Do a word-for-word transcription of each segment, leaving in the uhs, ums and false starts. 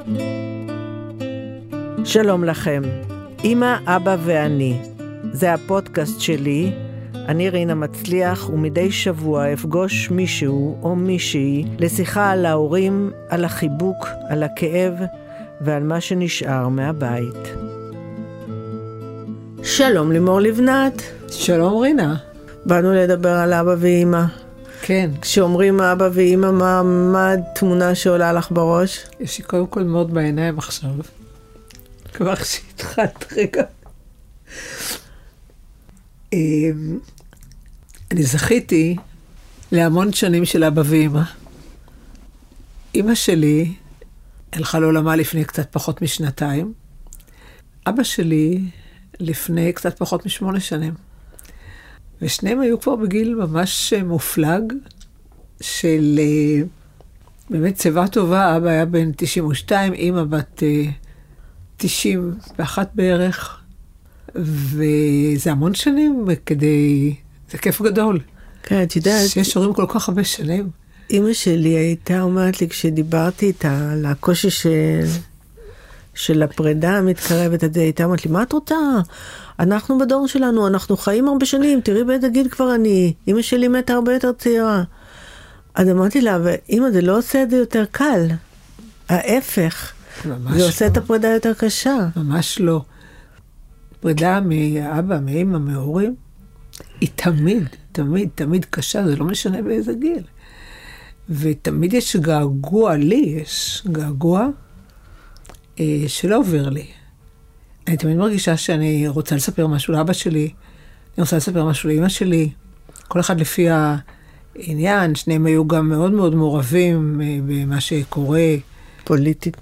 שלום לכם, אמא, אבא ואני. זה הפודקאסט שלי, אני רינה מצליח, ומדי שבוע אפגוש מישהו או מישהי לשיחה על ההורים, על החיבוק, על הכאב ועל מה שנשאר מהבית. שלום לימור לבנת. שלום רינה. באנו לדבר על אבא ואמא. כן. כשאומרים אבא ואמא, מה, מה התמונה שעולה לך בראש? יש לי קודם כל מאוד בעיניים עכשיו. כבר שהתחלת רגע. אני זכיתי להמון שנים של אבא ואמא. אמא שלי הלכה לעולמה לפני קצת פחות משנתיים. אבא שלי לפני קצת פחות משמונה שנים. ושניהם היו כבר בגיל ממש מופלג של באמת צבא טובה. אבא היה בן תשעים ושתיים, אמא בת תשעים ואחת בערך. וזה המון שנים כדי... זה כיף גדול. כן, את יודעת... שיש הורים כל כך הרבה שנים. אמא שלי הייתה אומרת לי, כשדיברתי איתה על הקושי של, של הפרידה המתקרבת, את זה, הייתה אומרת לי, מה את רוצה? אנחנו בדור שלנו, אנחנו חיים הרבה שנים, תראי באיזה גיל כבר אני. אמא שלי מתה הרבה יותר צעירה. אז אמרתי לה, ואמא, זה לא עושה את זה יותר קל. ההפך. זה לא. עושה את הפרידה יותר קשה. ממש לא. פרידה מאבא, מאמא, מהורים, היא תמיד, תמיד, תמיד קשה, זה לא משנה באיזה גיל. ותמיד יש געגוע, לי יש געגוע אה, שלא עובר לי. אני תמיד מרגישה שאני רוצה לספר משהו לאבא שלי, אני רוצה לספר משהו לאמא שלי, כל אחד לפי העניין, שניהם היו גם מאוד מאוד מעורבים אה, במה שקורה. פוליטית.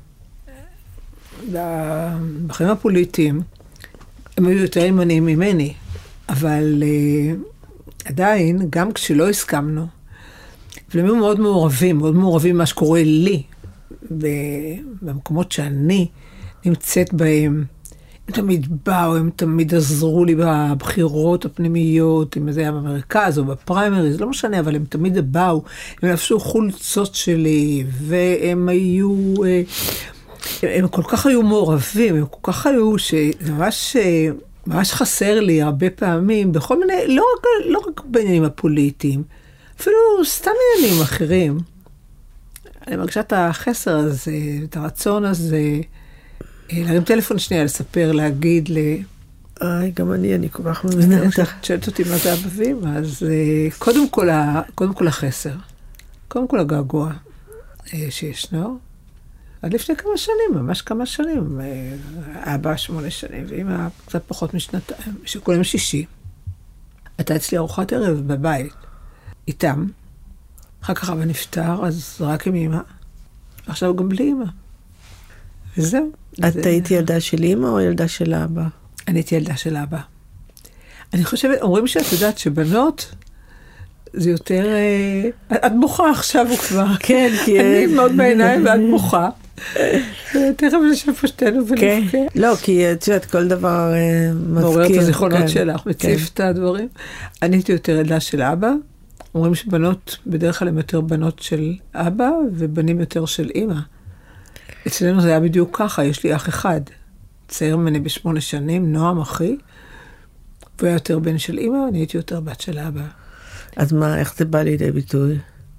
בחיים הפוליטיים, הם היו יותר ימניים ממני, אבל uh, עדיין, גם כשלא הסכמנו, והם היו מאוד מעורבים, מאוד מעורבים מה שקורה לי, במקומות שאני נמצאת בהם. הם תמיד באו, הם תמיד עזרו לי בבחירות הפנימיות, אם זה היה במרכז או בפריימריז, לא משנה, אבל הם תמיד באו, הם לבשו חולצות שלי, והם היו... Uh, הם כל כך היו מעורבים, הם כל כך היו שזה ממש, ממש חסר לי הרבה פעמים, בכל מיני, לא רק, לא רק בעניינים הפוליטיים, אפילו סתם עניינים אחרים. אני מרגישה את החסר הזה, את הרצון הזה, להרים טלפון שנייה, לספר, להגיד ל... איי, גם אני, אני כל כך מבינה אותך. שואלת אותי מה זה אבבים, אז קודם כל, קודם כל החסר, קודם כל הגעגוע שישנו, עד לפני כמה שנים, ממש כמה שנים, אבא שמונה שנים, ואמא קצת פחות משנתיים, שכולם שישי. הייתה אצלי ארוחת ערב בבית, איתם. אחר כך אבא נפטר, אז רק עם אמא. עכשיו גם בלי אמא. וזהו. את זה... היית ילדה של אמא או ילדה של אבא? אני הייתי ילדה של אבא. אני חושבת, אומרים שאת יודעת שבנות, זה יותר... את בוכה עכשיו הוא כבר. כן, כי... אני מאוד בעיניים ואת בוכה. תכף נשב פה שתינו ונבכה. לא, כי את יודעת, כל דבר מזכיר. מעורר את הזיכרונות שלך, מציף את הדברים. אני הייתי יותר ילדה של אבא. אומרים שבנות, בדרך כלל הם יותר בנות של אבא, ובנים יותר של אמא. אצלנו זה היה בדיוק ככה, יש לי אח אחד. צעיר ממני בשמונה שנים, נועם אחי. והוא היה יותר בן של אמא, אני הייתי יותר בת של אבא. אז מה, איך זה בא לידי ביטוי?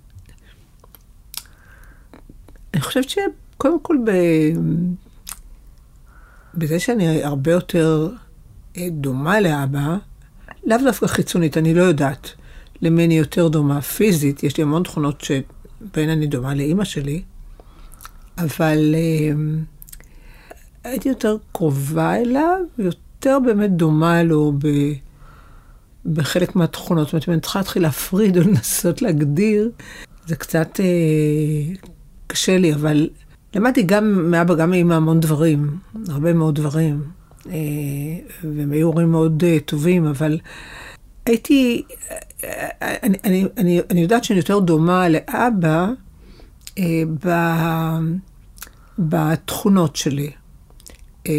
אני חושבת שקודם כל ב... בזה שאני הרבה יותר דומה לאבא, לאו דווקא חיצונית, אני לא יודעת למי אני יותר דומה פיזית, יש לי המון תכונות שבין אני דומה לאמא שלי, אבל הייתי יותר קרובה אליו, יותר באמת דומה לו ב... בחלק מהתכונות. זאת אומרת, אם אני צריכה להתחיל להפריד או לנסות להגדיר, זה קצת אה, קשה לי, אבל למדתי גם מאבא, גם מאמא המון דברים, הרבה מאוד דברים, אה, והם היו הורים מאוד אה, טובים, אבל הייתי, אה, אני, אני, אני, אני יודעת שאני יותר דומה לאבא אה, ב, בתכונות שלי. אה,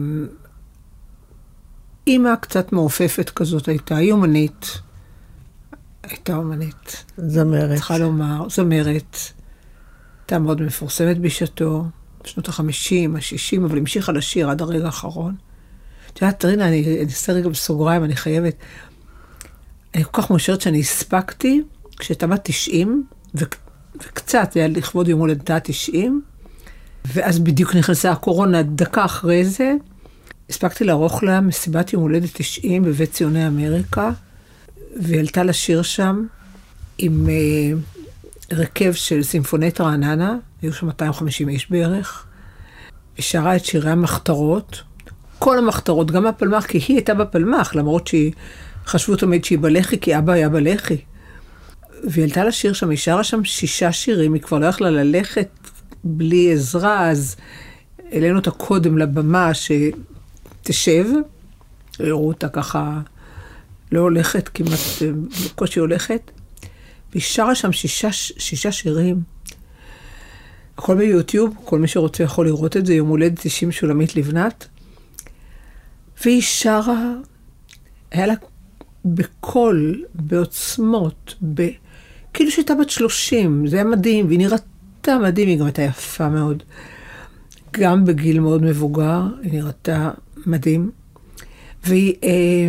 אמא קצת מעופפת כזאת הייתה, היא אומנית, הייתה אומנית. זמרת. צריכה לומר, זמרת. הייתה מאוד מפורסמת בשעתו, בשנות ה-חמישים, ה-שישים, אבל המשיכה לשיר עד הרגע האחרון. את יודעת, טרינה, אני אנסה רגע בסוגריים, אני חייבת. אני כל כך מאושרת שאני הספקתי, כשהייתה בת תשעים, ו- וקצת, זה היה לכבוד יום הולדתה תשעים, ואז בדיוק נכנסה הקורונה, דקה אחרי זה, הספקתי לערוך לה מסיבת יום הולדת תשעים בבית ציוני אמריקה, והיא עלתה לשיר שם עם uh, רכב של סימפונית רעננה, היו שם מאתיים וחמישים איש בערך, ושרה את שירי המחתרות, כל המחתרות, גם בפלמח, כי היא הייתה בפלמח, למרות שהיא חשבו תמיד שהיא בלחי, כי אבא היה בלחי. והיא עלתה לשיר שם, היא שרה שם שישה שירים, היא כבר לא יכלה ללכת בלי עזרה, אז העלינו אותה קודם לבמה שתשב, הראו אותה ככה, לא הולכת, כמעט בקושי הולכת, והיא שרה שם שישה, שישה שירים. הכל ביוטיוב, כל מי שרוצה יכול לראות את זה, יום הולדת תשעים שולמית לבנת, והיא שרה, היה לה בקול, בעוצמות, ב... כאילו שהייתה בת שלושים, זה היה מדהים, והיא נראתה מדהים, היא גם הייתה יפה מאוד. גם בגיל מאוד מבוגר, היא נראתה מדהים. והיא... אה...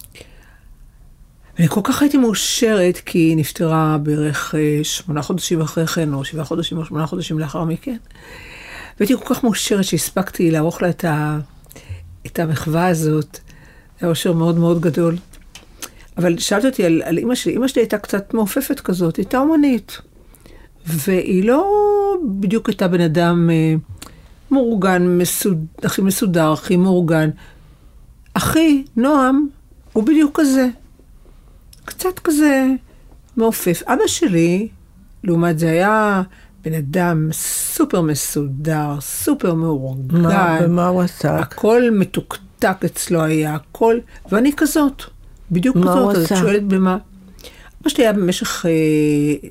אני כל כך הייתי מאושרת, כי היא נפטרה בערך אה, שמונה חודשים אחרי כן, או שבעה חודשים או שמונה חודשים לאחר מכן. והייתי כל כך מאושרת שהספקתי לערוך לה את, ה... את המחווה הזאת. זה היה אושר מאוד מאוד גדול. אבל שאלת אותי על, על אמא שלי, אמא שלי הייתה קצת מעופפת כזאת, היא הייתה אומנית. והיא לא בדיוק הייתה בן אדם אה, מאורגן, מסוד, הכי מסודר, הכי מאורגן. אחי, נועם, הוא בדיוק כזה. קצת כזה מעופף. אבא שלי, לעומת זה, היה בן אדם סופר מסודר, סופר מאורגן. מה, ומה הוא עשה? הכל מתוקתק אצלו היה, הכל, ואני כזאת. בדיוק כזאת, אז את שואלת במה. אבא שלי היה במשך, אה,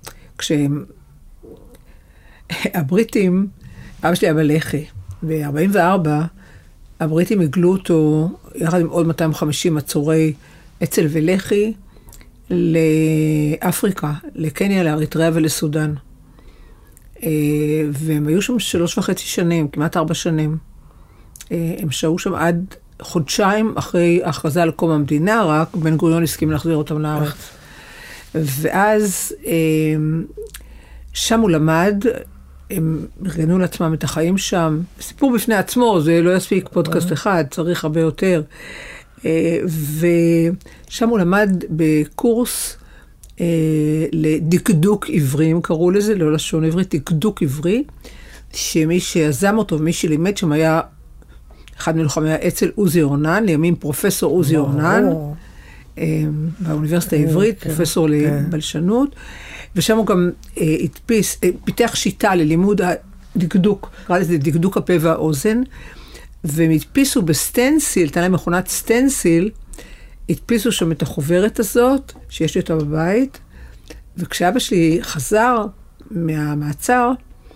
כשהבריטים, אבא שלי היה בלח"י, ב-ארבעים וארבע, הבריטים הגלו אותו, יחד עם עוד מאתיים וחמישים עצורי אצ"ל ולח"י, לאפריקה, לקניה, לאריתריאה ולסודן. אה, והם היו שם שלוש וחצי שנים, כמעט ארבע שנים. אה, הם שהו שם עד... חודשיים אחרי ההכרזה על קום המדינה, רק בן גוריון הסכים להחזיר אותם לארץ. ואז שם הוא למד, הם ארגנו לעצמם את החיים שם, סיפור בפני עצמו, זה לא יספיק פודקאסט אחד, צריך הרבה יותר. ושם הוא למד בקורס לדקדוק עברים, קראו לזה, לא לשון עברית, דקדוק עברי, שמי שיזם אותו ומי שלימד שם היה אחד מלוחמי האצ"ל, עוזי אורנן, לימים פרופסור עוזי אורנן, באוניברסיטה העברית, פרופסור לבלשנות, ושם הוא גם הדפיס, פיתח שיטה ללימוד הדקדוק, קרא לזה דקדוק הפה והאוזן, והם הדפיסו בסטנסיל, הייתה להם מכונת סטנסיל, הדפיסו שם את החוברת הזאת, שיש לי אותה בבית, וכשאבא שלי חזר מהמעצר,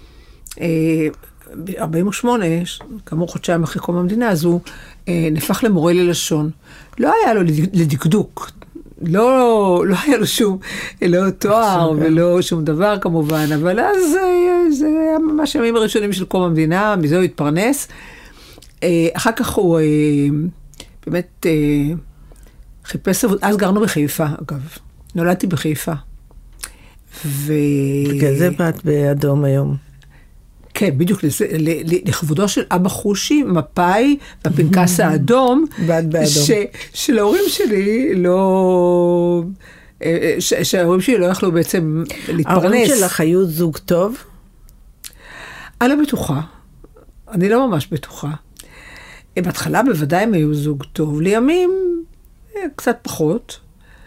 ב-ארבעים ושמונה, כאמור חודשיים אחרי קום המדינה, אז הוא אה, נפח למורה ללשון. לא היה לו לדקדוק, לא, לא היה לו שום, לא תואר ולא שום דבר כמובן, אבל אז אה, זה היה ממש הימים הראשונים של קום המדינה, מזה הוא התפרנס. אה, אחר כך הוא אה, באמת אה, חיפש עבוד, אז גרנו בחיפה אגב, נולדתי בחיפה. ו... בגלל זה באת באדום היום. כן, בדיוק, לכבודו של אבא חושי, מפאי, בפנקס האדום, שלהורים שלי לא... שההורים שלי לא יכלו בעצם להתפרנס. ההורים שלך היו זוג טוב? אני לא בטוחה. אני לא ממש בטוחה. בהתחלה בוודאי הם היו זוג טוב. לימים קצת פחות.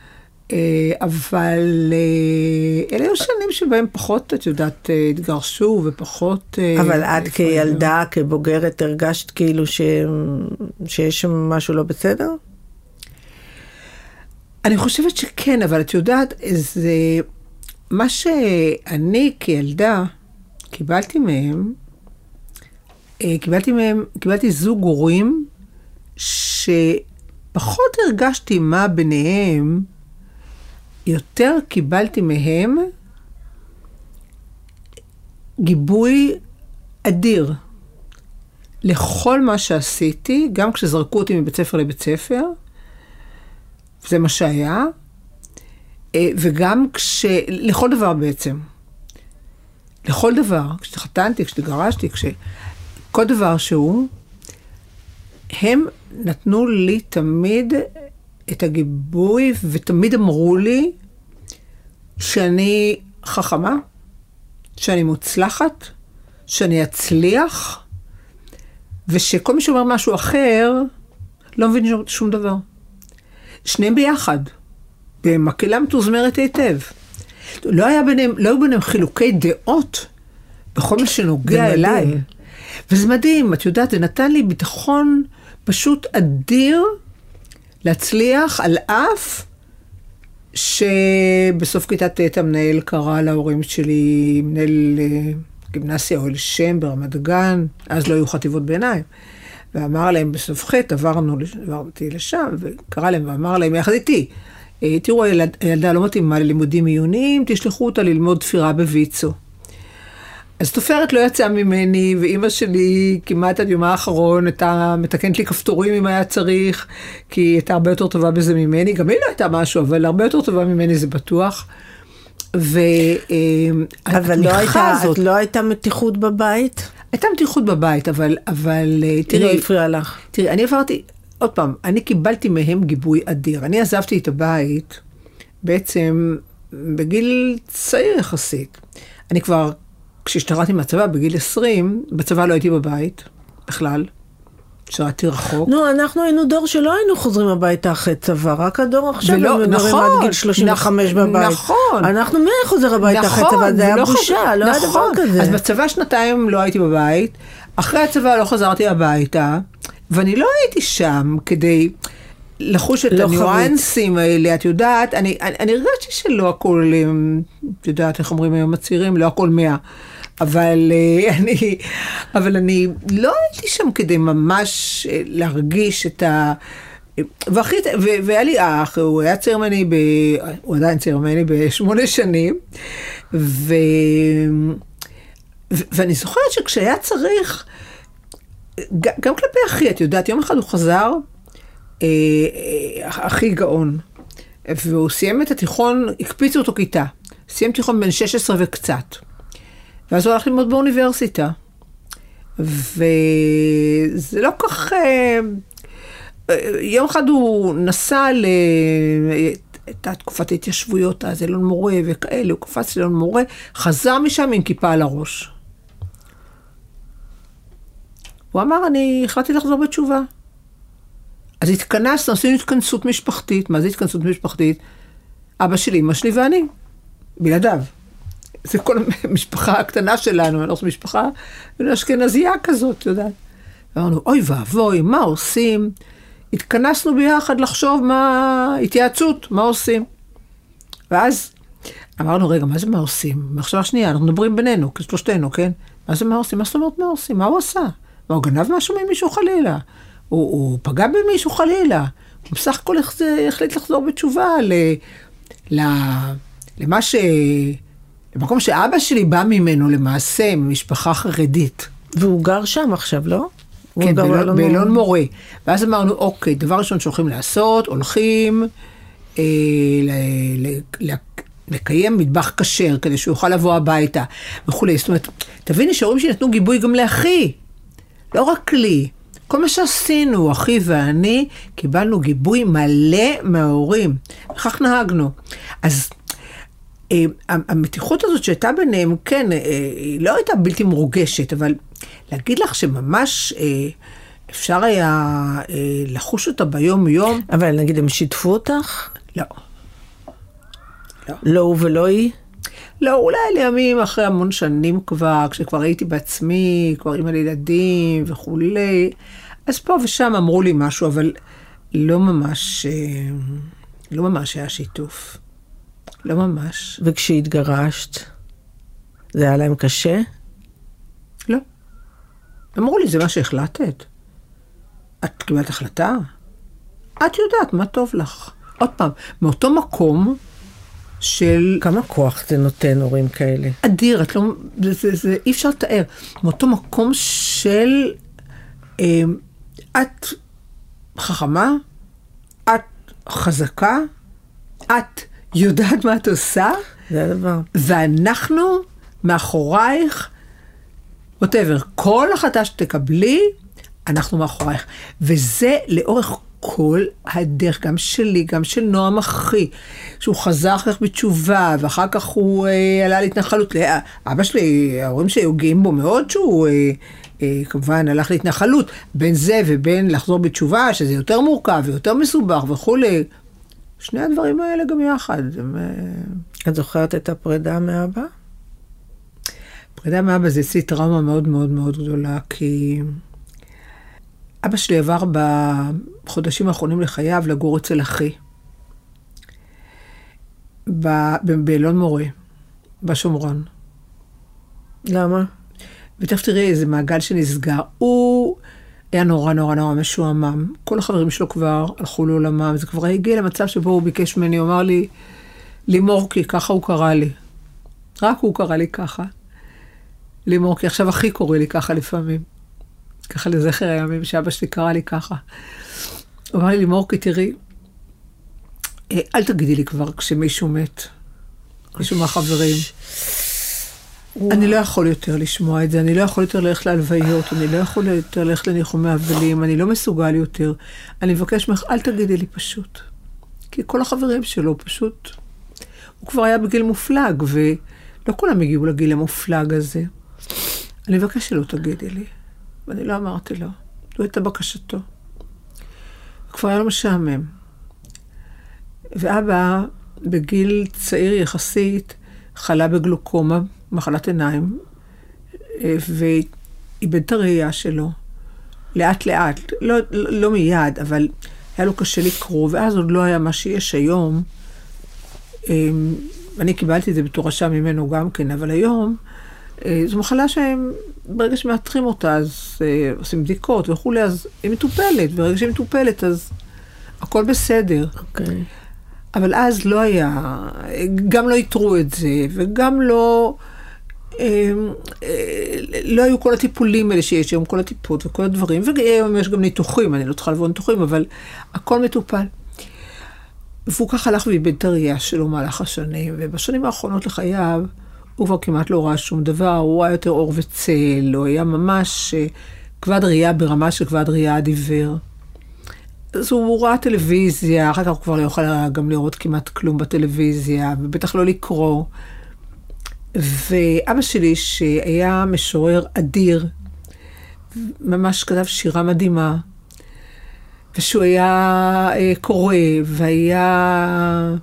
אבל אלה היו שנים שבהם פחות, את יודעת, התגרשו ופחות... אבל את כילדה, כבוגרת, הרגשת כאילו ש... שיש שם משהו לא בסדר? אני חושבת שכן, אבל את יודעת, זה... מה שאני כילדה קיבלתי מהם, קיבלתי מהם, קיבלתי זוג הורים שפחות הרגשתי מה ביניהם, יותר קיבלתי מהם גיבוי אדיר. לכל מה שעשיתי, גם כשזרקו אותי מבית ספר לבית ספר, זה מה שהיה, וגם כש... לכל דבר בעצם. לכל דבר, כשתחתנתי, כשתגרשתי, כש... כל דבר שהוא, הם נתנו לי תמיד את הגיבוי, ותמיד אמרו לי שאני חכמה, שאני מוצלחת, שאני אצליח, ושכל מי שאומר משהו אחר, לא מבין שום דבר. שניהם ביחד, במקהלה מתוזמרת היטב. לא היה ביניהם, לא היו ביניהם חילוקי דעות, בכל מה שנוגע אליי. וזה מדהים, את יודעת, זה נתן לי ביטחון פשוט אדיר, להצליח על אף, שבסוף כיתת ט' המנהל קרא להורים שלי, מנהל גימנסיה אוהל שם ברמת גן, אז לא היו חטיבות ביניים, ואמר להם בסוף ח' עברנו, עברתי לשם, וקרא להם ואמר להם יחד איתי, תראו, הילדה לא מתאימה ללימודים עיוניים, תשלחו אותה ללמוד תפירה בויצו. אז תופרת לא יצאה ממני, ואימא שלי כמעט עד יומה האחרון הייתה מתקנת לי כפתורים אם היה צריך, כי היא הייתה הרבה יותר טובה בזה ממני, גם היא לא הייתה משהו, אבל הרבה יותר טובה ממני זה בטוח. ו... אבל לא הייתה, הזאת, לא הייתה מתיחות בבית? הייתה מתיחות בבית, אבל, אבל תראי... לא הפריע לך. תראי, אני עברתי, עוד פעם, אני קיבלתי מהם גיבוי אדיר. אני עזבתי את הבית בעצם בגיל צעיר יחסית. אני כבר... כשהשתחררתי מהצבא בגיל עשרים, בצבא לא הייתי בבית, בכלל, שרתי רחוק. נו, אנחנו היינו דור שלא היינו חוזרים הביתה אחרי צבא, רק הדור עכשיו, ולא, נכון, עד גיל שלושים וחמש בבית. נכון. אנחנו מי חוזר הביתה נכון, אחרי צבא, זה היה לא בושה, חוזר, לא נכון. היה דבר כזה. אז בצבא שנתיים לא הייתי בבית, אחרי הצבא לא חזרתי הביתה, ואני לא הייתי שם כדי לחוש את לא הניואנסים האלה, את יודעת, אני, אני, אני הרגשתי שלא הכל, את יודעת איך אומרים היום הצעירים, לא הכל מאה. אבל אני, אבל אני לא הייתי שם כדי ממש להרגיש את ה... והכי, והיה לי אח, הוא היה צעיר ממני, ב... הוא עדיין צעיר ממני בשמונה שנים, ו... ו... ואני זוכרת שכשהיה צריך, גם כלפי אחי, את יודעת, יום אחד הוא חזר, אחי גאון, והוא סיים את התיכון, הקפיצו אותו כיתה, סיים תיכון בין שש עשרה וקצת. ואז הוא הלך ללמוד באוניברסיטה. וזה לא כך... יום אחד הוא נסע ל... את תקופת ההתיישבויות, אז אלון מורה וכאלה, הוא קפץ לאלון מורה, חזר משם עם כיפה על הראש. הוא אמר, אני החלטתי לחזור בתשובה. אז התכנסנו, עשינו התכנסות משפחתית. מה זה התכנסות משפחתית? אבא שלי, אמא שלי ואני. בלעדיו. זה כל המשפחה הקטנה שלנו, אנחנו משפחה אשכנזייה כזאת, יודעת. ואמרנו, אוי ואבוי, מה עושים? התכנסנו ביחד לחשוב מה, התייעצות, מה עושים? ואז אמרנו, רגע, מה זה מה עושים? מחשבה שנייה, אנחנו מדברים בינינו, כשלושתנו, כן? מה זה מה עושים? מה זאת אומרת מה עושים? מה הוא עשה? מה, הוא גנב משהו ממישהו חלילה? הוא, הוא פגע במישהו חלילה? הוא בסך הכל החליט לחזור בתשובה ל, ל, למה ש... במקום שאבא שלי בא ממנו למעשה, ממשפחה חרדית. והוא גר שם עכשיו, לא? כן, באלון, באלון מורה. ואז אמרנו, אוקיי, דבר ראשון שהולכים לעשות, הולכים אה, ל, ל, ל, לקיים מטבח כשר, כדי שהוא יוכל לבוא הביתה, וכו'. זאת אומרת, תביני שההורים שנתנו גיבוי גם לאחי, לא רק לי. כל מה שעשינו, אחי ואני, קיבלנו גיבוי מלא מההורים. וכך נהגנו. אז... המתיחות הזאת שהייתה ביניהם, כן, היא לא הייתה בלתי מורגשת, אבל להגיד לך שממש אפשר היה לחוש אותה ביום יום. אבל נגיד, הם שיתפו אותך? לא. לא. לא הוא ולא היא? לא, אולי לימים אחרי המון שנים כבר, כשכבר הייתי בעצמי, כבר עם הילדים וכולי, אז פה ושם אמרו לי משהו, אבל לא ממש, לא ממש היה שיתוף. לא ממש. וכשהתגרשת, זה היה להם קשה? לא. אמרו לי, זה מה שהחלטת. את קיבלת החלטה? את יודעת מה טוב לך. עוד פעם, מאותו מקום של... כמה כוח זה נותן הורים כאלה? אדיר, את לא... זה, זה, זה, אי אפשר לתאר. מאותו מקום של... אה, את חכמה, את חזקה, את יודעת מה את עושה, זה הדבר. ואנחנו מאחורייך, whatever, כל החלטה שתקבלי, אנחנו מאחורייך. וזה לאורך כל הדרך, גם שלי, גם של נועם אחי, שהוא חזר אחר כך בתשובה, ואחר כך הוא אה, עלה להתנחלות. אבא שלי, ההורים שלי היו גאים בו מאוד, שהוא אה, אה, כמובן הלך להתנחלות, בין זה ובין לחזור בתשובה, שזה יותר מורכב ויותר מסובך וכו'. שני הדברים האלה גם יחד. הם, אה... את זוכרת את הפרידה מאבא? פרידה מאבא זה אצלי טראומה מאוד מאוד מאוד גדולה, כי אבא שלי עבר בחודשים האחרונים לחייו לגור אצל אחי, באלון מורה, בשומרון. למה? ותכף תראי איזה מעגל שנסגר. הוא היה נורא נורא נורא משועמם. כל החברים שלו כבר הלכו לעולמם. זה כבר הגיע למצב שבו הוא ביקש ממני, הוא אמר לי, לימורקי, ככה הוא קרא לי. רק הוא קרא לי ככה. לימורקי, עכשיו אחי קורא לי ככה לפעמים. ככה לזכר הימים שאבא שלי קרא לי ככה. הוא אמר לי, לימורקי, תראי, אל תגידי לי כבר כשמישהו מת. מישהו מהחברים. אני לא יכול יותר לשמוע את זה, אני לא יכול יותר ללכת להלוויות, אני לא יכול יותר ללכת לניחומי אבלים, אני לא מסוגל יותר. אני מבקש ממך, אל תגידי לי פשוט. כי כל החברים שלו פשוט, הוא כבר היה בגיל מופלג, ולא כולם הגיעו לגיל המופלג הזה. אני מבקש שלא תגידי לי. ואני לא אמרתי לו. זו הייתה בקשתו. כבר היה לו משעמם. ואבא, בגיל צעיר יחסית, חלה בגלוקומה, מחלת עיניים, ואיבד את הראייה שלו. לאט לאט, לא, לא מיד, אבל היה לו קשה לקרוא, ואז עוד לא היה מה שיש היום. אני קיבלתי את זה בתור רשע ממנו גם כן, אבל היום, זו מחלה שהם, ברגע שמאתרים אותה, אז עושים בדיקות וכו', אז היא מטופלת, ברגע שהיא מטופלת, אז הכל בסדר. אוקיי. Okay. אבל אז לא היה, גם לא יתרו את זה, וגם לא, לא היו כל הטיפולים האלה שיש היום, כל הטיפות וכל הדברים, והיום יש גם ניתוחים, אני לא צריכה לבוא ניתוחים, אבל הכל מטופל. והוא ככה הלך ואיבד את הראייה שלו מהלך השנים, ובשנים האחרונות לחייו, הוא כבר כמעט לא ראה שום דבר, הוא היה יותר אור וצל, הוא היה ממש כבד ראייה ברמה של כבד ראייה עד עיוור. אז הוא ראה טלוויזיה, אחר כך הוא כבר לא יוכל גם לראות כמעט כלום בטלוויזיה, ובטח לא לקרוא. ואבא שלי, שהיה משורר אדיר, ממש כתב שירה מדהימה, ושהוא היה קורא, והיה...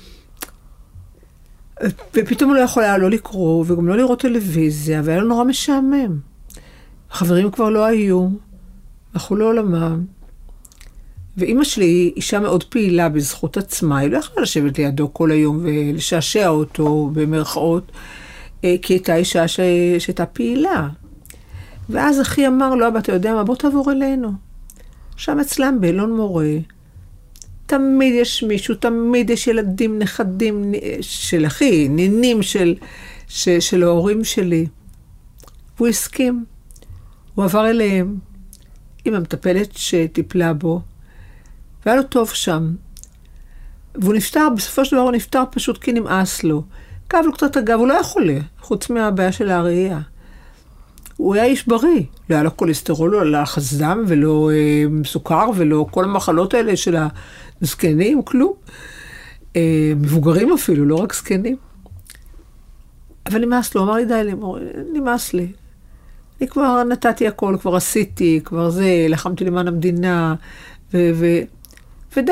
ופתאום הוא לא יכול היה לא לקרוא, וגם לא לראות טלוויזיה, והיה לו נורא משעמם. החברים כבר לא היו, הלכו לעולמם. ואמא שלי היא אישה מאוד פעילה בזכות עצמה, היא לא יכולה לשבת לידו כל היום ולשעשע אותו במרכאות, כי הייתה אישה ש... שהייתה פעילה. ואז אחי אמר לו, אבא, אתה יודע מה, בוא תעבור אלינו. שם אצלם באלון מורה, תמיד יש מישהו, תמיד יש ילדים, נכדים של אחי, נינים של, של, של ההורים שלי. והוא הסכים. הוא עבר אליהם עם המטפלת שטיפלה בו, והיה לו טוב שם. והוא נפטר, בסופו של דבר הוא נפטר פשוט כי נמאס לו. כאב לו קצת הגב, הוא לא היה חולה, חוץ מהבעיה של הראייה. הוא היה איש בריא, לא היה לו קולסטרול, לא לחץ דם, ולא אה, סוכר, ולא כל המחלות האלה של הזקנים, כלום. אה, מבוגרים אפילו, לא רק זקנים. אבל נמאס לו, אמר לי, די, נמאס לי. אני כבר נתתי הכל, כבר עשיתי, כבר זה, לחמתי למען המדינה, ו- ו- ודי.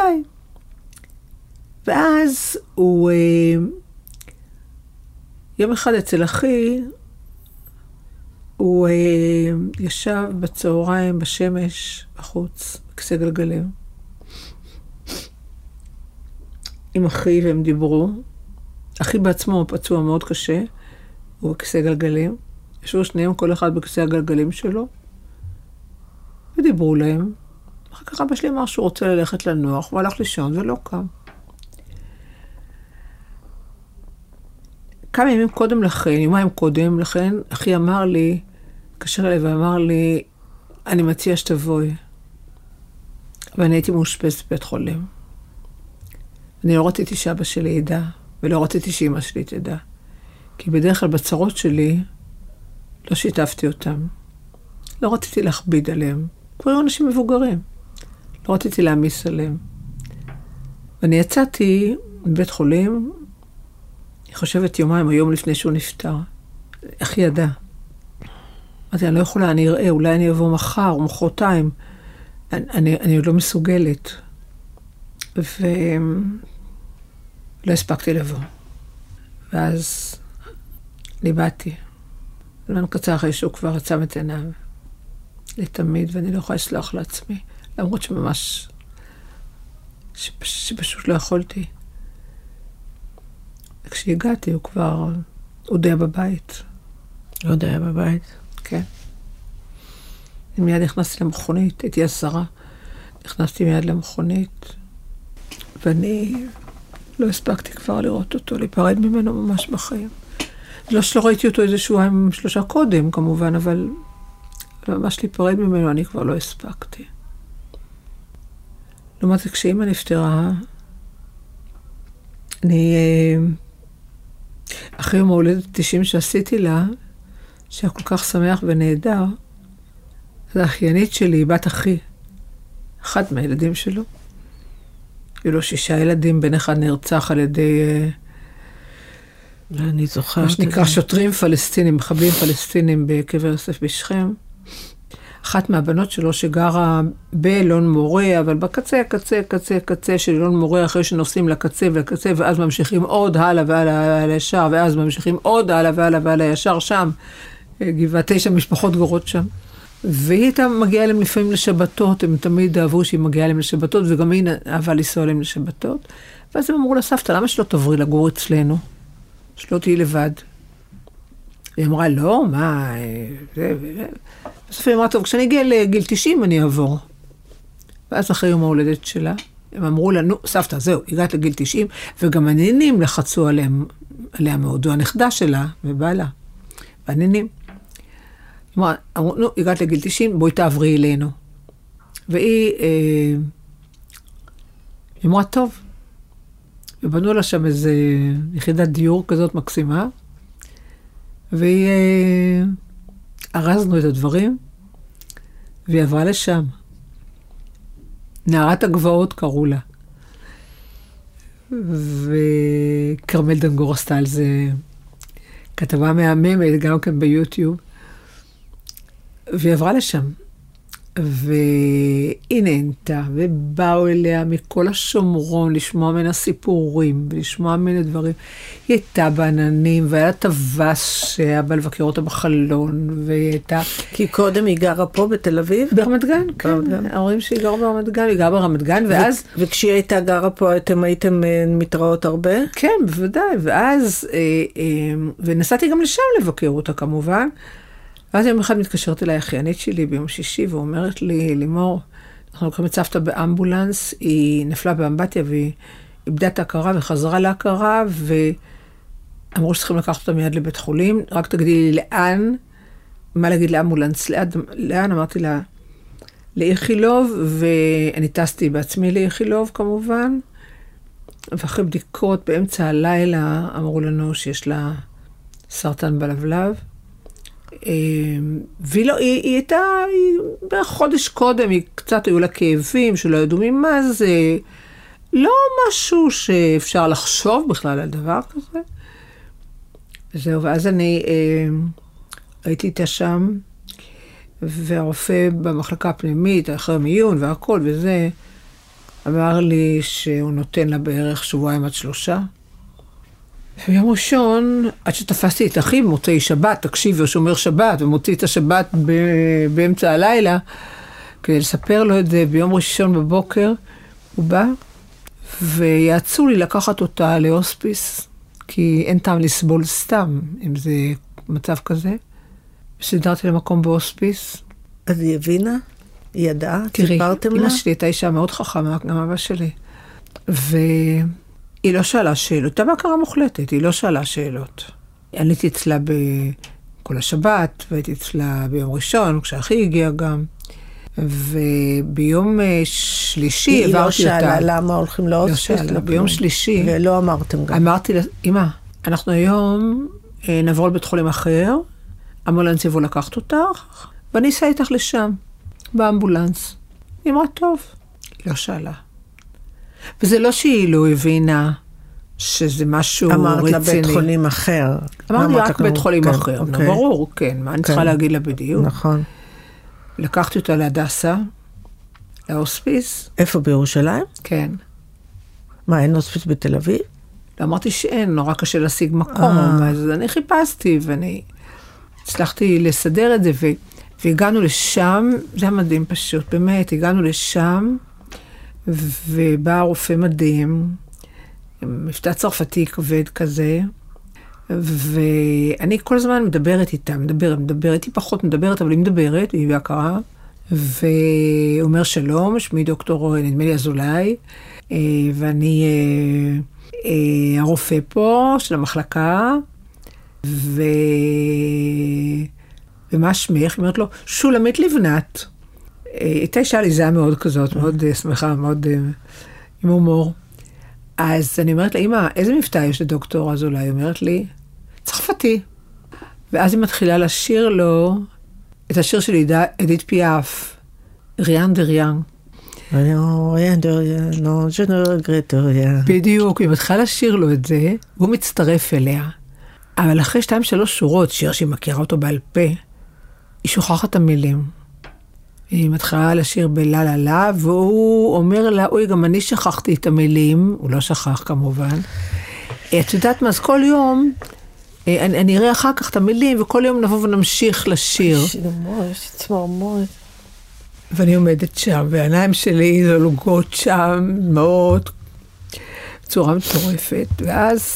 ואז הוא, אה, יום אחד אצל אחי, הוא אה, ישב בצהריים בשמש, בחוץ, בכיסא גלגלים. עם אחי, והם דיברו. אחי בעצמו פצוע מאוד קשה, הוא בכיסא גלגלים. ישבו שניהם, כל אחד בכיסא הגלגלים שלו, ודיברו להם. אחר כך אבא שלי אמר שהוא רוצה ללכת לנוח, הוא הלך לישון ולא קם. כמה ימים קודם לכן, יומיים קודם לכן, אחי אמר לי, קשר אליי ואמר לי, אני מציע שתבואי. ואני הייתי מאושפזת בבית חולים. אני לא רציתי שאבא שלי ידע, ולא רציתי שאמא שלי תדע. כי בדרך כלל בצרות שלי, לא שיתפתי אותם. לא רציתי להכביד עליהם. כבר אנשים מבוגרים. לא רציתי להמיס עליהם. ואני יצאתי מבית חולים, אני חושבת יומיים, היום לפני שהוא נפטר. איך ידע? אמרתי, אני לא יכולה, אני אראה, אולי אני אבוא מחר או מחרתיים. אני, אני, אני עוד לא מסוגלת. ולא הספקתי לבוא. ואז ליבאתי. זמן קצר אחרי שהוא כבר עצם את עיניו. לתמיד, ואני לא יכולה לסלוח לעצמי. למרות שממש, שפשוט לא יכולתי. כשהגעתי, הוא כבר, הוא די בבית. הוא די בבית? כן. אני מיד נכנסתי למכונית, הייתי עשרה. נכנסתי מיד למכונית, ואני לא הספקתי כבר לראות אותו, להיפרד ממנו ממש בחיים. לא שלא ראיתי אותו איזה שבועיים שלושה קודם, כמובן, אבל ממש להיפרד ממנו, אני כבר לא הספקתי. לעומת זה, כשאמא נפטרה, אני, אחרי יום ההולדת תשעים שעשיתי לה, שהיה כל כך שמח ונהדר, אז האחיינית שלי, בת אחי, אחד מהילדים שלו, היו לו שישה ילדים, בן אחד נרצח על ידי, אני זוכרת, מה שנקרא שוטרים פלסטינים, מחבלים פלסטינים בקבר יוסף בשכם. אחת מהבנות שלו שגרה באלון מורה, אבל בקצה, קצה, קצה, קצה של אלון מורה, אחרי שנוסעים לקצה ולקצה, ואז ממשיכים עוד הלאה והלאה ישר, ואז ממשיכים עוד הלאה והלאה והלאה ישר שם, גבעת תשע משפחות גרות שם. והיא הייתה מגיעה להם לפעמים לשבתות, הם תמיד אהבו שהיא מגיעה להם לשבתות, וגם היא אהבה לנסוע להם לשבתות. ואז הם אמרו לה, סבתא, למה שלא תעברי לגור אצלנו? שלא תהיי לבד. היא אמרה, לא, מה, זה, זה. בסוף היא אמרה, טוב, כשאני אגיע לגיל תשעים אני אעבור. ואז אחרי יום ההולדת שלה, הם אמרו לה, נו, סבתא, זהו, הגעת לגיל תשעים, וגם הנינים לחצו עליהם, עליה מאוד, הוא הנכדה שלה, ובעלה, והנינים. אמרה, אמרו, נו, הגעת לגיל תשעים, בואי תעברי אלינו. והיא, אה, היא אמרה, טוב. ובנו לה שם איזו יחידת דיור כזאת מקסימה, והיא, אה, ארזנו את הדברים, והיא עברה לשם. נערת הגבעות קראו לה. וקרמל דנגור עשתה על זה כתבה מהממת, גם כן ביוטיוב, והיא עברה לשם. והיא נהנתה, ובאו אליה מכל השומרון לשמוע ממנה סיפורים, ולשמוע ממנה דברים. היא הייתה בעננים, והיה לה טווס שהיה בא לבקר אותה בחלון, והיא הייתה... כי קודם היא גרה פה בתל אביב? ברמת גן, כן. ההורים שהיא גרה ברמת גן, היא גרה ברמת גן, ואז... וכשהיא הייתה גרה פה, אתם הייתם מתראות הרבה? כן, בוודאי, ואז... ונסעתי גם לשם לבקר אותה, כמובן. ואז יום אחד מתקשרת אליי האחיינית שלי ביום שישי, ואומרת לי, לימור, אנחנו לוקחים את סבתא באמבולנס, היא נפלה באמבטיה, והיא איבדה את ההכרה וחזרה להכרה, ואמרו שצריכים לקחת אותה מיד לבית חולים, רק תגידי לי לאן, מה להגיד לאמבולנס, לאן, לאן אמרתי לה, לאיכילוב, ואני טסתי בעצמי לאיכילוב כמובן, ואחרי בדיקות באמצע הלילה אמרו לנו שיש לה סרטן בלבלב, והיא לא, היא, היא הייתה, היא, בחודש קודם, היא קצת היו לה כאבים שלא ידעו ממה זה, לא משהו שאפשר לחשוב בכלל על דבר כזה. זהו, ואז אני אה, הייתי איתה שם, והרופא במחלקה הפנימית, אחרי מיון והכל וזה, אמר לי שהוא נותן לה בערך שבועיים עד שלושה, ביום ראשון, עד שתפסתי את אחי במוצאי שבת, תקשיב, הוא שומר שבת, ומוציא את השבת ב- באמצע הלילה, כדי לספר לו את זה, ביום ראשון בבוקר, הוא בא, ויעצו לי לקחת אותה להוספיס, כי אין טעם לסבול סתם, אם זה מצב כזה. וסידרתי למקום בהוספיס. אז היא הבינה? היא ידעה? סיפרתם לה? אמא שלי הייתה אישה מאוד חכמה, גם אבא שלי. ו... היא לא שאלה שאלות, הייתה בהכרה מוחלטת, היא לא שאלה שאלות. אני הייתי אצלה בכל השבת, והייתי אצלה ביום ראשון, כשאחי הגיע גם. וביום שלישי העברתי אותה. היא לא שאלה למה הולכים להוספיס? לא שאלה, ביום שלישי. ולא אמרתם גם. אמרתי לה, אמא, אנחנו היום נעבור לבית חולים אחר, אמבולנס יבוא לקחת אותך, ואני אסע איתך לשם, באמבולנס. היא אמרה, טוב. היא לא שאלה. וזה לא שהיא לא הבינה שזה משהו רציני. אמרת לה בית חולים אחר. אמרתי רק בית חולים אחר. ברור, כן. מה אני צריכה להגיד לה בדיוק? נכון. לקחתי אותה להדסה, להוספיס. איפה, בירושלים? כן. מה, אין הוספיס בתל אביב? אמרתי שאין, נורא קשה להשיג מקום. אז אני חיפשתי, ואני הצלחתי לסדר את זה, והגענו לשם, זה היה מדהים פשוט, באמת, הגענו לשם, ובא רופא מדהים, מבטא צרפתי כבד כזה, ואני כל הזמן מדברת איתה, מדברת, מדברת, היא פחות מדברת, אבל היא מדברת, היא בהכרה, והוא אומר שלום, שמי דוקטור, נדמה לי אזולאי, ואני הרופא פה של המחלקה, ו... ומה שמך? היא אומרת לו, שולמית לבנת. הייתה אישה עליזה מאוד כזאת, מאוד שמחה, מאוד עם הומור. אז אני אומרת לה, אמא, איזה מבטא יש לדוקטור אזולאי? היא אומרת לי, צרפתי. ואז היא מתחילה לשיר לו את השיר של אדית פיאף, ריאן דה ריאן. ריאן דה ריאן, לא, je ne regrette rien. בדיוק, היא מתחילה לשיר לו את זה, והוא מצטרף אליה. אבל אחרי שתיים שלוש שורות, שיר שהיא מכירה אותו בעל פה, היא שוכחת את המילים. היא מתחילה לשיר בלה לה לה, והוא אומר לה, אוי, גם אני שכחתי את המילים, הוא לא שכח כמובן. את יודעת מה, אז כל יום, אני, אני אראה אחר כך את המילים, וכל יום נבוא ונמשיך לשיר. יש דמות, יש צמרמורת. ואני עומדת שם, והעיניים שלי זולגות שם, מאוד, בצורה מטורפת. ואז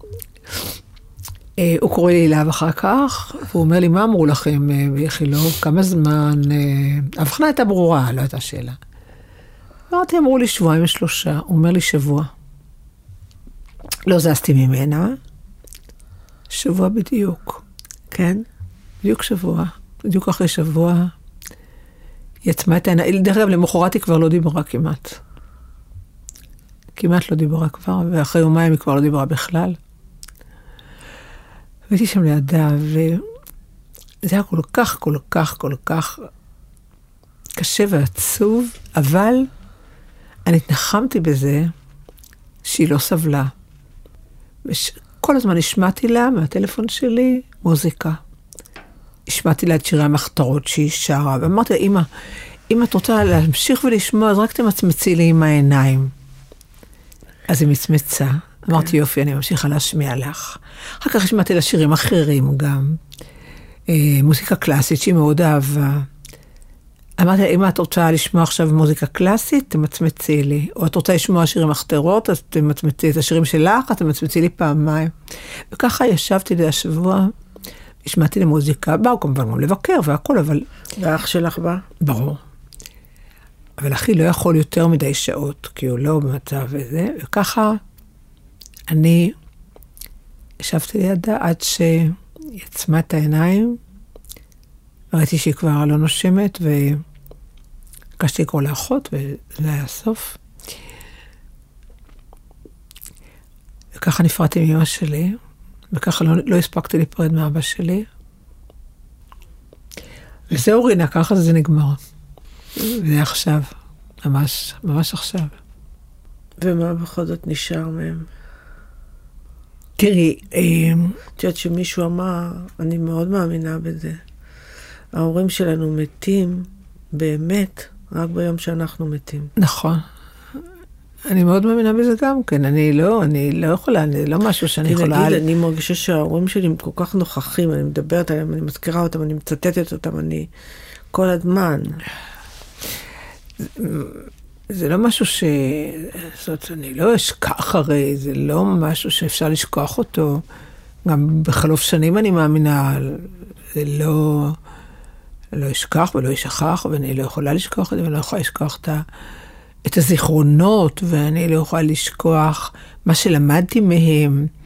אה, הוא קורא לי אליו אחר כך, והוא אומר לי, מה אמרו לכם אה, ביחילוב? כמה זמן? אה, הבחנה הייתה ברורה, לא הייתה שאלה. אמרתי, אמרו לי שבועיים ושלושה, הוא אומר לי שבוע. לא זזתי ממנה, שבוע בדיוק. כן? בדיוק שבוע, בדיוק אחרי שבוע. היא עצמה את העיניים, דרך אגב, למחרת היא כבר לא דיברה כמעט. כמעט לא דיברה כבר, ואחרי יומיים היא כבר לא דיברה בכלל. והייתי שם לידה, וזה היה כל כך, כל כך, כל כך קשה ועצוב, אבל אני התנחמתי בזה שהיא לא סבלה. וכל הזמן השמעתי לה מהטלפון שלי מוזיקה. השמעתי לה את שירי המחתרות שהיא שרה, ואמרתי לה, אמא, אם את רוצה להמשיך ולשמוע, אז רק תמצמצי לי עם העיניים. אז היא מצמצה. אמרתי, יופי, אני ממשיכה להשמיע לך. אחר כך השמעתי לה שירים אחרים גם. מוזיקה קלאסית שהיא מאוד אהבה. אמרתי לה, אם את רוצה לשמוע עכשיו מוזיקה קלאסית, תמצמצי לי. או את רוצה לשמוע שירים מחתרות, אז תמצמצי את השירים שלך, אז תמצמצי לי פעמיים. וככה ישבתי לי השבוע, השמעתי למוזיקה, באו כמובן גם לבקר והכל, אבל... ואח שלך בא? ברור. אבל אחי לא יכול יותר מדי שעות, כי הוא לא במצב וזה, וככה אני ישבתי לידה עד שיצמה את העיניים, ראיתי שהיא כבר לא נושמת, ובקשתי לקרוא לאחות, וזה היה הסוף. וככה נפרדתי מאמא שלי, וככה לא, לא הספקתי להיפרד מאבא שלי. וזהו רינה, ככה זה נגמר. וזה עכשיו, ממש, ממש עכשיו. ומה בכל זאת נשאר מהם? תראי, את יודעת שמישהו אמר, אני מאוד מאמינה בזה, ההורים שלנו מתים באמת רק ביום שאנחנו מתים. נכון. אני מאוד מאמינה בזה גם כן, אני לא, אני לא יכולה, אני לא משהו שאני יכולה... נגיד, אני מרגישה שההורים שלי הם כל כך נוכחים, אני מדברת עליהם, אני מזכירה אותם, אני מצטטת אותם, אני כל הזמן. זה לא משהו ש... זאת אומרת, אני לא אשכח הרי, זה לא משהו שאפשר לשכוח אותו. גם בחלוף שנים אני מאמינה, זה לא... לא אשכח ולא אשכח, ואני לא יכולה לשכוח את זה, ואני לא יכולה לשכוח את ה... את הזיכרונות, ואני לא יכולה לשכוח מה שלמדתי מהם,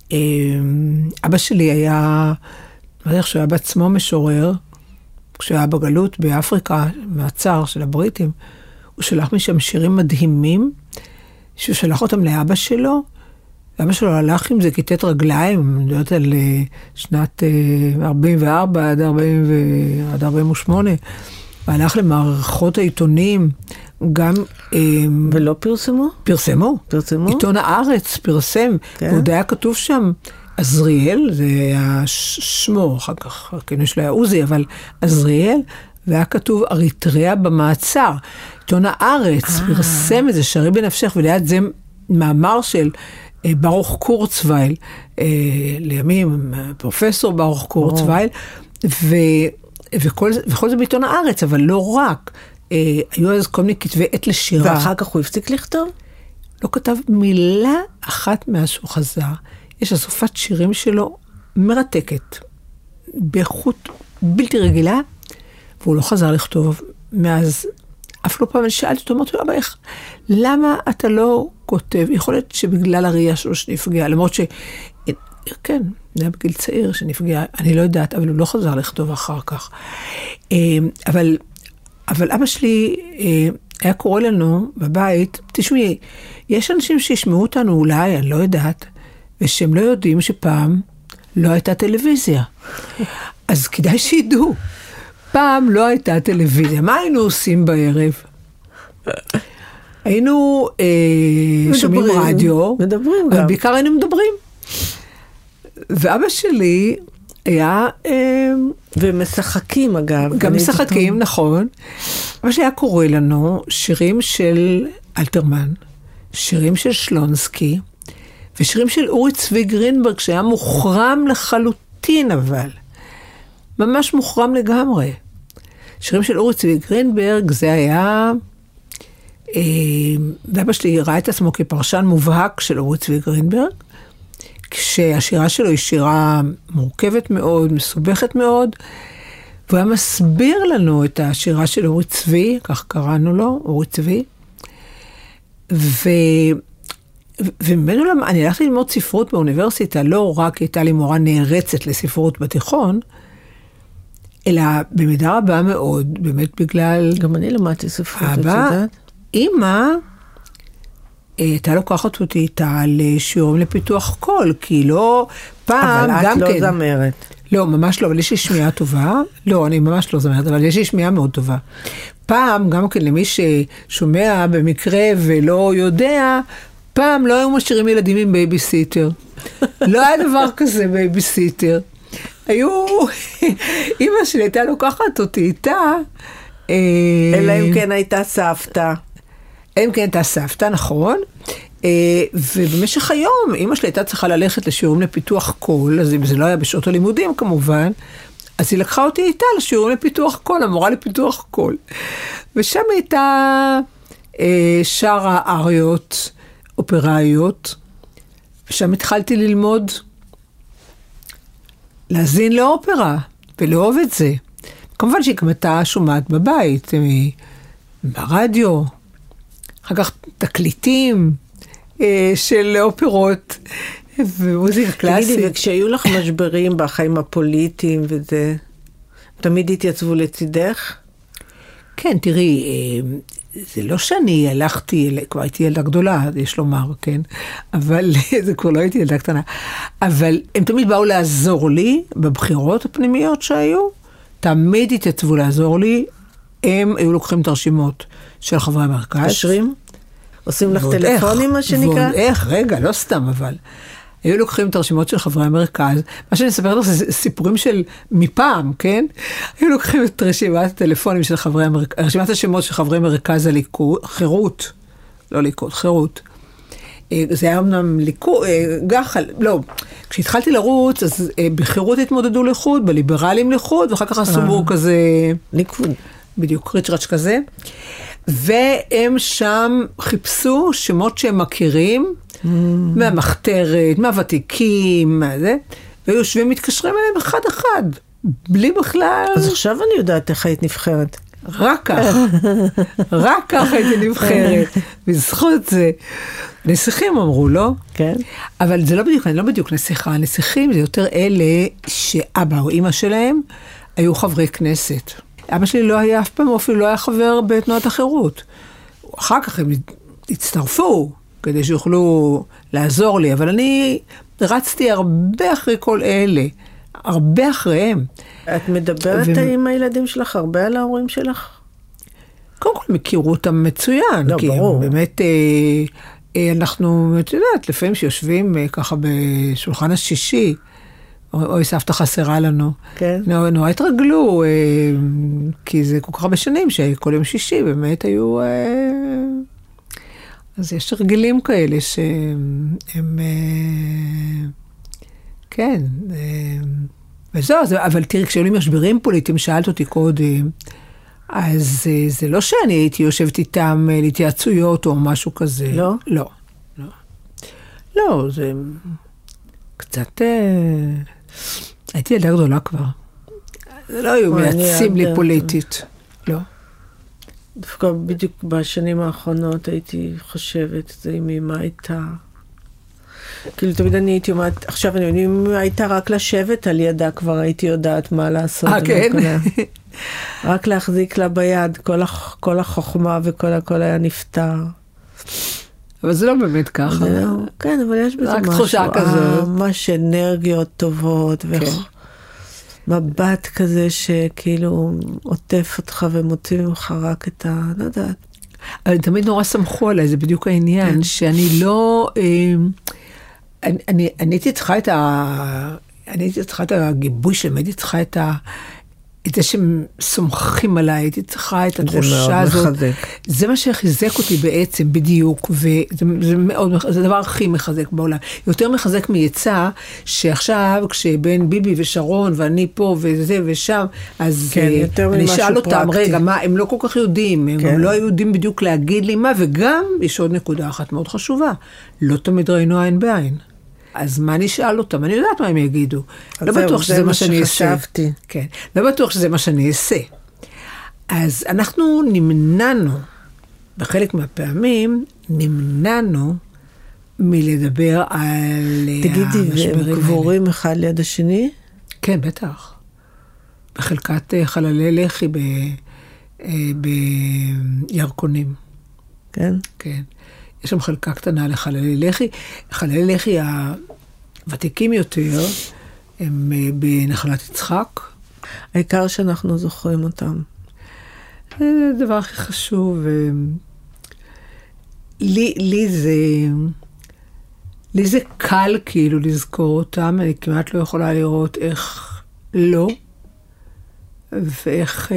אבא שלי היה, לא יודע איך שהוא היה בעצמו משורר, כשהוא היה בגלות באפריקה, מהצער של הבריטים, הוא שלח משם שירים מדהימים, שהוא שלח אותם לאבא שלו, אבא שלו הלך עם זה כיתת רגליים, אני יודעת על שנת ארבעים וארבע עד ארבעים ושמונה, והלך למערכות העיתונים, גם... ולא פרסמו? פרסמו. פרסמו? עיתון הארץ פרסם, כן. ועוד היה כתוב שם, עזריאל, זה היה שמו, אחר כך, כן, יש לו היה עוזי, אבל עזריאל, והיה כתוב אריתריאה במעצר. עיתון הארץ פרסם איזה שרי בנפשך, וליד זה מאמר של ברוך קורצווייל, לימים פרופסור ברוך קורצווייל, ו, וכל, וכל זה בעיתון הארץ, אבל לא רק. היו אז כל מיני כתבי עת לשירה. ואחר כך הוא הפסיק לכתוב? לא כתב מילה אחת מאז שהוא חזר. יש אסופת שירים שלו מרתקת, באיכות בלתי רגילה, והוא לא חזר לכתוב מאז. אף לא פעם אני שאלתי אותו, אמרתי לו, אבא, איך, למה אתה לא כותב? יכול להיות שבגלל הראייה שלו שנפגע, למרות ש... כן, זה היה בגיל צעיר שנפגע, אני לא יודעת, אבל הוא לא חזר לכתוב אחר כך. אבל, אבל אבא שלי היה קורא לנו בבית, תשמעי, יש אנשים שישמעו אותנו אולי, אני לא יודעת, ושהם לא יודעים שפעם לא הייתה טלוויזיה. אז כדאי שידעו. פעם לא הייתה טלוויזיה. מה היינו עושים בערב? היינו אה, שומעים רדיו. מדברים גם. אבל בעיקר היינו מדברים. ואבא שלי היה... אה, ומשחקים אגב. גם משחקים, זאת... נכון. אבא שלי היה קורא לנו שירים של אלתרמן, שירים של שלונסקי, ושירים של אורי צבי גרינברג, שהיה מוחרם לחלוטין אבל. ממש מוחרם לגמרי. שירים של אורי צבי גרינברג, זה היה... אה, ואבא שלי ראה את עצמו כפרשן מובהק של אורי צבי גרינברג, כשהשירה שלו היא שירה מורכבת מאוד, מסובכת מאוד, והוא היה מסביר לנו את השירה של אורי צבי, כך קראנו לו, אורי צבי, ו... וממנו למה, אני הלכתי ללמוד ספרות באוניברסיטה, לא רק הייתה לי מורה נערצת לספרות בתיכון, אלא במידה רבה מאוד, באמת בגלל... גם אני למדתי ספרות, את אבא, יודעת? אמא, הייתה לוקחת אותי איתה לשיעורים לפיתוח קול, כי לא פעם אבל גם את כן... לא זמרת. לא, ממש לא, אבל יש לי שמיעה טובה. לא, אני ממש לא זמרת, אבל יש לי שמיעה מאוד טובה. פעם, גם כן למי ששומע במקרה ולא יודע, פעם לא היו משאירים ילדים עם בייביסיטר. לא היה דבר כזה בייביסיטר. היו... אמא שלי הייתה לוקחת אותי איתה. אלא אם כן הייתה סבתא. אם כן הייתה סבתא, נכון. ובמשך היום, אמא שלי הייתה צריכה ללכת לשיעורים לפיתוח קול, אז אם זה לא היה בשעות הלימודים כמובן, אז היא לקחה אותי איתה לשיעורים לפיתוח קול, המורה לפיתוח קול. ושם הייתה שרה אריות, אופראיות, ושם התחלתי ללמוד להזין לאופרה, ולאהוב את זה. כמובן שהיא גם הייתה שומעת בבית, ברדיו, אחר כך תקליטים אה, של אופרות ומוזיקה קלאסית. תגידי, וכשהיו לך משברים בחיים הפוליטיים וזה, תמיד התייצבו לצידך? כן, תראי, אה, זה לא שאני הלכתי, כבר הייתי ילדה גדולה, יש לומר, כן? אבל זה כבר לא הייתי ילדה קטנה. אבל הם תמיד באו לעזור לי בבחירות הפנימיות שהיו, תמיד התייצבו לעזור לי, הם היו לוקחים את הרשימות של חברי המרכז. קשרים? עושים לך טלפונים, מה שנקרא? ועוד איך, רגע, לא סתם, אבל. היו לוקחים את הרשימות של חברי המרכז. מה שאני אספר לך זה סיפורים של מפעם, כן? היו לוקחים את רשימת הטלפונים של חברי המרכז, רשימת השמות של חברי מרכז הליכוד, חירות, לא ליכוד, חירות. זה היה אמנם ליכוד, גחל, לא. כשהתחלתי לרוץ, אז בחירות התמודדו ליכוד, בליברלים ליכוד, ואחר כך עשו בו כזה... ליכוד. בדיוק, ריצ'רץ' כזה. והם שם חיפשו שמות שהם מכירים, mm. מהמחתרת, מהוותיקים, מה זה, והיו יושבים מתקשרים אליהם אחד אחד, בלי בכלל... אז עכשיו אני יודעת איך היית נבחרת. רק כך, רק כך הייתי נבחרת, בזכות זה. נסיכים אמרו, לא? כן. אבל זה לא בדיוק, אני לא בדיוק נסיכה, הנסיכים זה יותר אלה שאבא או אמא שלהם היו חברי כנסת. אבא שלי לא היה אף פעם, אפילו לא היה חבר בתנועת החירות. אחר כך הם הצטרפו, כדי שיוכלו לעזור לי, אבל אני רצתי הרבה אחרי כל אלה, הרבה אחריהם. את מדברת ו... עם הילדים שלך הרבה על ההורים שלך? קודם כל, מכירו אותם מצוין. לא, כי ברור. באמת, אה, אה, אנחנו, את יודעת, לפעמים שיושבים אה, ככה בשולחן השישי, אוי, סבתא חסרה לנו. כן. נורא, נורא התרגלו, אה, כי זה כל כך הרבה שנים שכל יום שישי באמת היו... אה, אז יש רגילים כאלה שהם... אה, כן. אה, וזהו, אבל תראי, כשהיו לי משברים פוליטיים, שאלת אותי קודם, אז אה, זה לא שאני הייתי יושבת איתם אה, להתייעצויות או משהו כזה. לא? לא. לא, לא זה... קצת... אה, הייתי ילדה גדולה כבר. זה לא היו מייעצים לי פוליטית. לא. דווקא בדיוק בשנים האחרונות הייתי חושבת, זה אם אמא הייתה... כאילו תמיד אני הייתי אומרת, עכשיו אני יודעת, אם הייתה רק לשבת על ידה, כבר הייתי יודעת מה לעשות. אה, כן? רק להחזיק לה ביד, כל, הח, כל החוכמה וכל הכל היה נפטר. אבל זה לא באמת ככה. לא, כן, אבל יש בזה רק משהו. תחושה כזאת. ממש אנרגיות טובות, כן. ומבט כזה שכאילו עוטף אותך ומוציא ממך רק את ה... לא יודעת. אבל תמיד נורא שמחו עליי, זה בדיוק העניין, כן. שאני לא... אה, אני, אני, אני הייתי צריכה את ה... אני הייתי צריכה את הגיבוי שלהם, הייתי צריכה את ה... את זה שהם סומכים עליי, הייתי צריכה את התחושה הזאת. מחזק. זה מה שחיזק אותי בעצם, בדיוק, וזה זה מאוד, זה הדבר הכי מחזק בעולם. יותר מחזק מייצא, שעכשיו, כשבין ביבי ושרון, ואני פה וזה ושם, אז כן, יותר אני ממשהו שאל אותם, פרקטי. רגע, מה, הם לא כל כך יודעים, הם כן. גם לא יודעים בדיוק להגיד לי מה, וגם יש עוד נקודה אחת מאוד חשובה, לא תמיד ראינו עין בעין. אז מה נשאל אותם? אני יודעת מה הם יגידו. לא בטוח שזה מה שאני אעשה. כן. לא בטוח שזה מה שאני אעשה. אז אנחנו נמנענו, בחלק מהפעמים, נמנענו מלדבר על תגידי, והם קבורים אחד ליד השני? כן, בטח. בחלקת חללי לחי בירקונים. כן? כן. יש שם חלקה קטנה לחללי לחי. חללי לחי הוותיקים יותר הם בנחלת יצחק. העיקר שאנחנו זוכרים אותם. זה הדבר הכי חשוב. לי, לי זה... לי זה קל כאילו לזכור אותם. אני כמעט לא יכולה לראות איך לא. ואיך...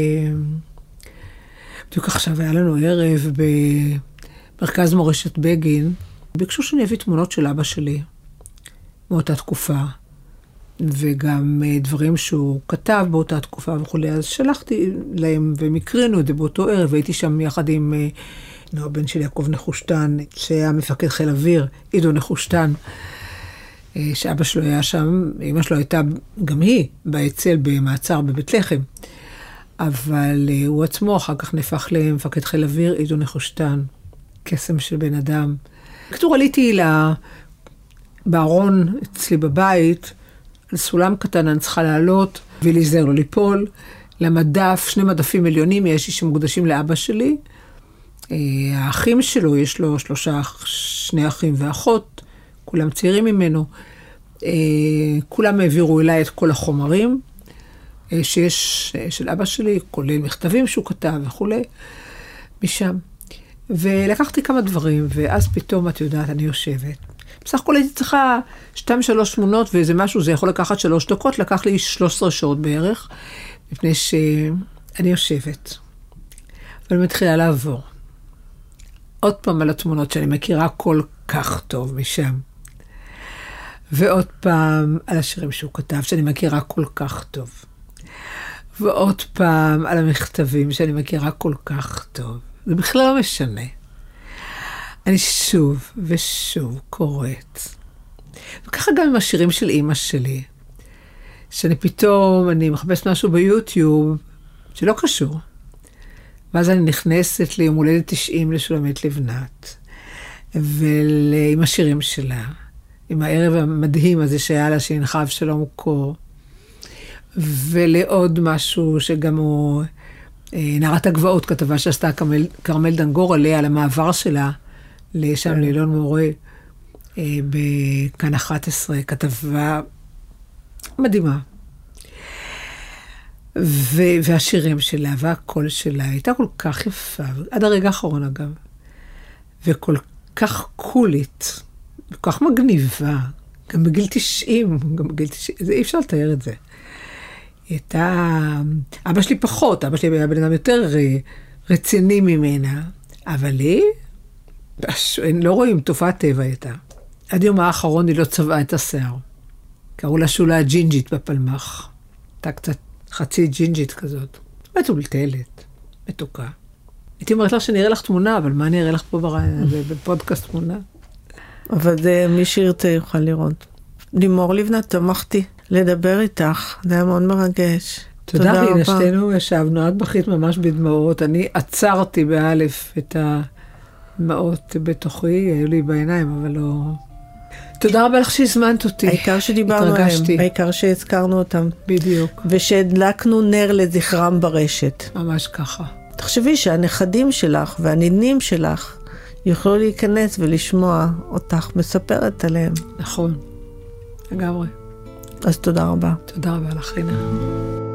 בדיוק עכשיו היה לנו ערב ב... מרכז מורשת בגין, ביקשו שאני אביא תמונות של אבא שלי, מאותה תקופה, וגם דברים שהוא כתב באותה תקופה וכו'. אז שלחתי להם, והם הקרינו את זה באותו ערב, והייתי שם יחד עם נועה בן של יעקב נחושתן, שהיה מפקד חיל אוויר, עידו נחושתן, שאבא שלו היה שם, אמא שלו הייתה גם היא, באצל במעצר בבית לחם, אבל הוא עצמו אחר כך נפח למפקד חיל אוויר, עידו נחושתן, קסם של בן אדם. כתוב, עליתי לה, בארון אצלי בבית, על סולם קטן אני צריכה לעלות, ולהיזהר לו ליפול, למדף, שני מדפים עליונים, יש לי שמוקדשים לאבא שלי. האחים שלו, יש לו שלושה, שני אחים ואחות, כולם צעירים ממנו. כולם העבירו אליי את כל החומרים שיש של אבא שלי, כולל מכתבים שהוא כתב וכו', משם. ולקחתי כמה דברים, ואז פתאום, את יודעת, אני יושבת. בסך הכל הייתי צריכה שתיים, שלוש תמונות, ואיזה משהו, זה יכול לקחת שלוש דקות, לקח לי שלוש עשרה שעות בערך, מפני שאני יושבת. ואני מתחילה לעבור. עוד פעם על התמונות שאני מכירה כל כך טוב משם. ועוד פעם על השירים שהוא כתב, שאני מכירה כל כך טוב. ועוד פעם על המכתבים שאני מכירה כל כך טוב. זה בכלל לא משנה. אני שוב ושוב קוראת. וככה גם עם השירים של אמא שלי. שאני פתאום, אני מחפש משהו ביוטיוב, שלא קשור. ואז אני נכנסת ליום הולדת תשעים לשולמית לבנת, ועם השירים שלה, עם הערב המדהים הזה שהיה לה, שהנחה אבשלום קור, ולעוד משהו שגם הוא, נערת הגבעות, כתבה שעשתה כרמל דנגור עליה, על המעבר שלה, לשם לאלון מורה, בכאן אחת עשרה, כתבה מדהימה. ו- והשירים שלה, והקול שלה, הייתה כל כך יפה, עד הרגע האחרון אגב, וכל כך קולית, כל כך מגניבה, גם בגיל תשעים, גם בגיל תשעים, זה אי אפשר לתאר את זה. היא הייתה, אבא שלי פחות, אבא שלי היה בן אדם יותר רציני ממנה, אבל היא, לא רואים, תופעת טבע הייתה. עד יום האחרון היא לא צבעה את השיער. קראו לה שולה ג'ינג'ית בפלמח. הייתה קצת חצי ג'ינג'ית כזאת. מטולטלת, מתוקה. הייתי אומרת לך שאני אראה לך תמונה, אבל מה אני אראה לך פה בפודקאסט תמונה? אבל זה מי שירצה יוכל לראות. לימור לבנת, תמכתי לדבר איתך, זה היה מאוד מרגש. תודה רבה. שתינו ישבנו, רק בכית ממש בדמעות. אני עצרתי באלף את הדמעות בתוכי, היו לי בעיניים, אבל לא... תודה רבה לך שהזמנת אותי. העיקר שדיברנו עליהם, העיקר שהזכרנו אותם. בדיוק. ושהדלקנו נר לזכרם ברשת. ממש ככה. תחשבי שהנכדים שלך והנינים שלך יוכלו להיכנס ולשמוע אותך מספרת עליהם. נכון, לגמרי. אז תודה רבה. תודה רבה לך, רינה.